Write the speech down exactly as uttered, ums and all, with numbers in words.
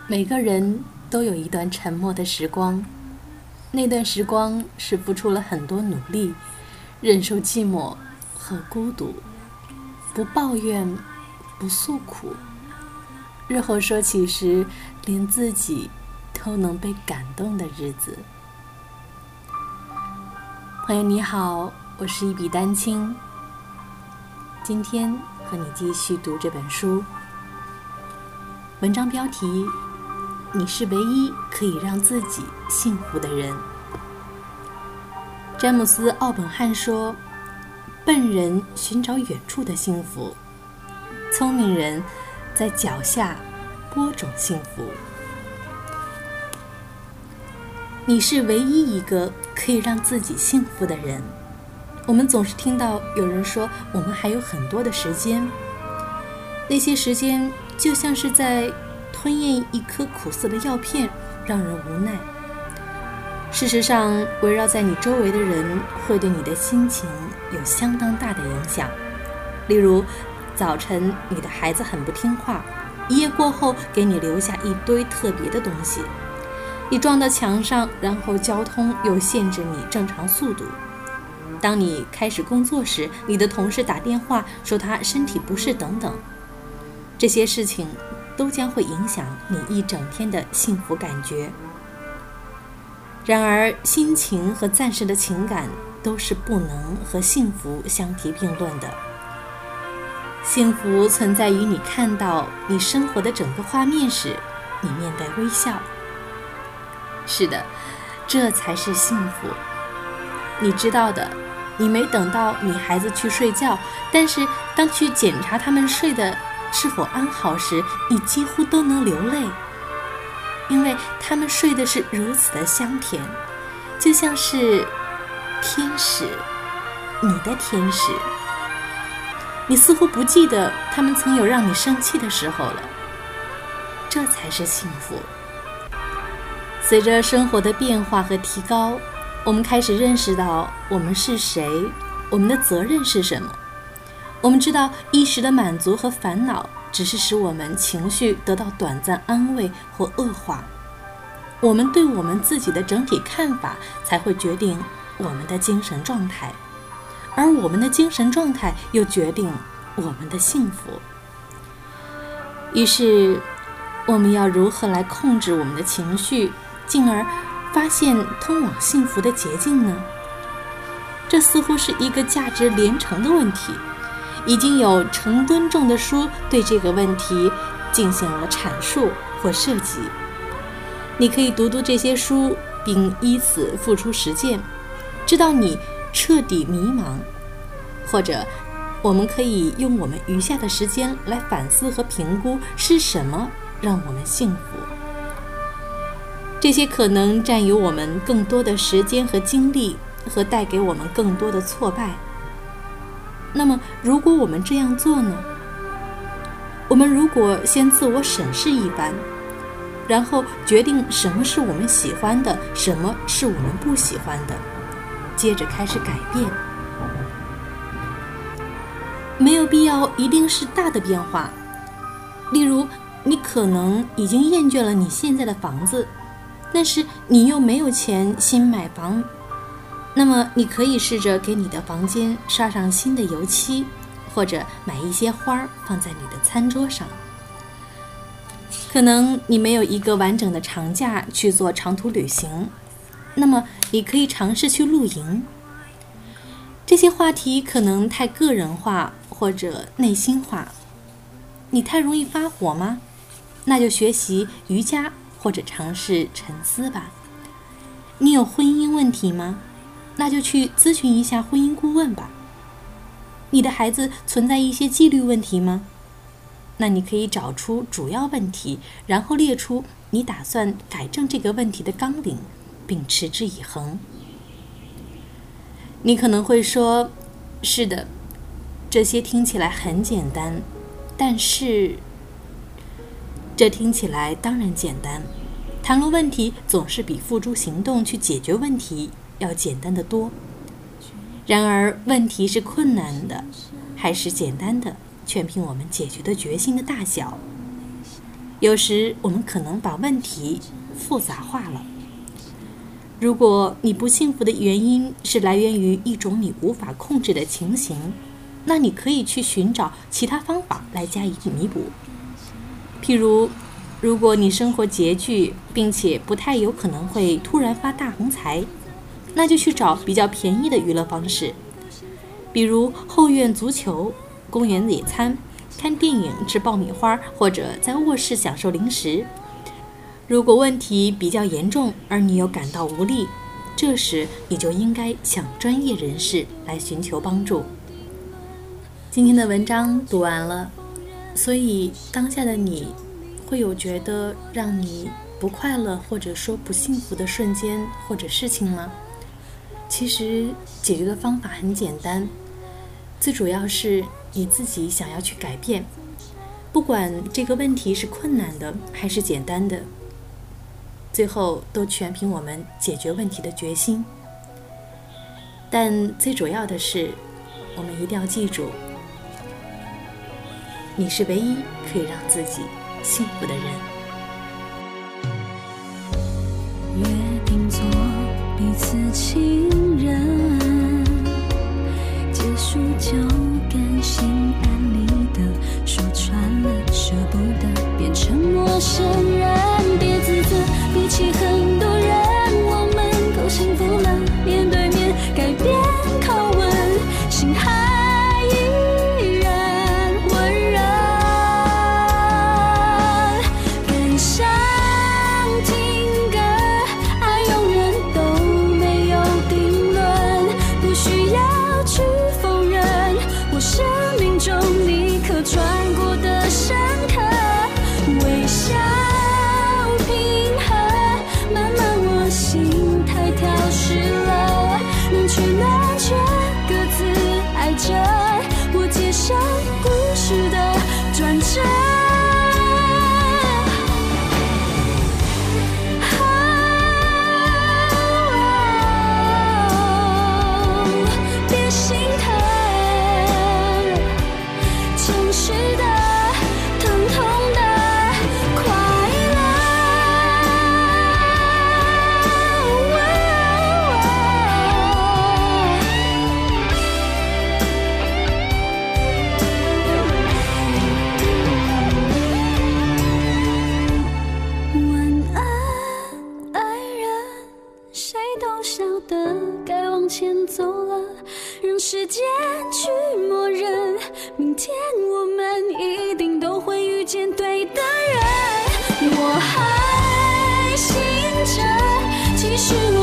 每个人都有一段沉默的时光，那段时光是付出了很多努力，忍受寂寞和孤独，不抱怨，不诉苦，日后说起时连自己都能被感动的日子。朋友你好，我是一笔丹青，今天和你继续读这本书。文章标题：你是唯一可以让自己幸福的人。詹姆斯·奥本汉说，笨人寻找远处的幸福，聪明人在脚下播种幸福。你是唯一一个可以让自己幸福的人。我们总是听到有人说，我们还有很多的时间，那些时间就像是在吞咽一颗苦涩的药片，让人无奈。事实上，围绕在你周围的人会对你的心情有相当大的影响。例如，早晨你的孩子很不听话，一夜过后给你留下一堆特别的东西，你撞到墙上，然后交通又限制你正常速度。当你开始工作时，你的同事打电话说他身体不适等等，这些事情都将会影响你一整天的幸福感觉。然而，心情和暂时的情感都是不能和幸福相提并论的。幸福存在于你看到你生活的整个画面时，你面带微笑。是的，这才是幸福。你知道的，你没等到你孩子去睡觉，但是当去检查他们睡的是否安好时，你几乎都能流泪，因为他们睡的是如此的香甜，就像是天使，你的天使。你似乎不记得他们曾有让你生气的时候了，这才是幸福。随着生活的变化和提高，我们开始认识到我们是谁，我们的责任是什么。我们知道一时的满足和烦恼只是使我们情绪得到短暂安慰或恶化，我们对我们自己的整体看法才会决定我们的精神状态，而我们的精神状态又决定我们的幸福。于是我们要如何来控制我们的情绪，进而发现通往幸福的捷径呢？这似乎是一个价值连城的问题，已经有成吨重的书对这个问题进行了阐述或设计。你可以读读这些书，并依此付出实践，直到你彻底迷茫。或者我们可以用我们余下的时间来反思和评估，是什么让我们幸福。这些可能占有我们更多的时间和精力，和带给我们更多的挫败。那么如果我们这样做呢？我们如果先自我审视一番，然后决定什么是我们喜欢的，什么是我们不喜欢的，接着开始改变。没有必要一定是大的变化，例如你可能已经厌倦了你现在的房子，但是你又没有钱新买房，那么你可以试着给你的房间刷上新的油漆，或者买一些花放在你的餐桌上。可能你没有一个完整的长假去做长途旅行，那么你可以尝试去露营。这些话题可能太个人化或者内心化。你太容易发火吗？那就学习瑜伽或者尝试沉思吧。你有婚姻问题吗？那就去咨询一下婚姻顾问吧。你的孩子存在一些纪律问题吗？那你可以找出主要问题，然后列出你打算改正这个问题的纲领，并持之以恒。你可能会说，是的，这些听起来很简单，但是这听起来当然简单，谈论问题总是比付诸行动去解决问题要简单得多。然而问题是困难的还是简单的，全凭我们解决的决心的大小。 有时我们可能把问题复杂化了。如果你不幸福的原因是来源于一种你无法控制的情形，那你可以去寻找其他方法来加以弥补。譬如，如果你生活拮据，并且不太有可能会突然发大横财，那就去找比较便宜的娱乐方式，比如后院足球、公园野餐、看电影、吃爆米花，或者在卧室享受零食。如果问题比较严重，而你又感到无力，这时你就应该向专业人士来寻求帮助。今天的文章读完了，所以当下的你会有觉得让你不快乐或者说不幸福的瞬间或者事情吗？其实解决的方法很简单，最主要是你自己想要去改变，不管这个问题是困难的还是简单的，最后都全凭我们解决问题的决心。但最主要的是，我们一定要记住，你是唯一可以让自己幸福的人。 约定做彼此情人，结束就甘心安利的说穿了，舍不得变成陌生人。别自责，比起很多人，我们够幸福了。面对面改变口吻，心还依然温热。更想听歌，爱永远都没有定论，不需要去否认我生命中你可穿过的深刻。微笑平和，慢慢我心太挑食了，能取暖却各自爱着，我接受故事的转折。别心疼，真实的疼痛的快乐。晚安，爱人，谁都晓得该往前走了，让时间去默认，明天我们一定都会遇见对的人。我还醒着，其实我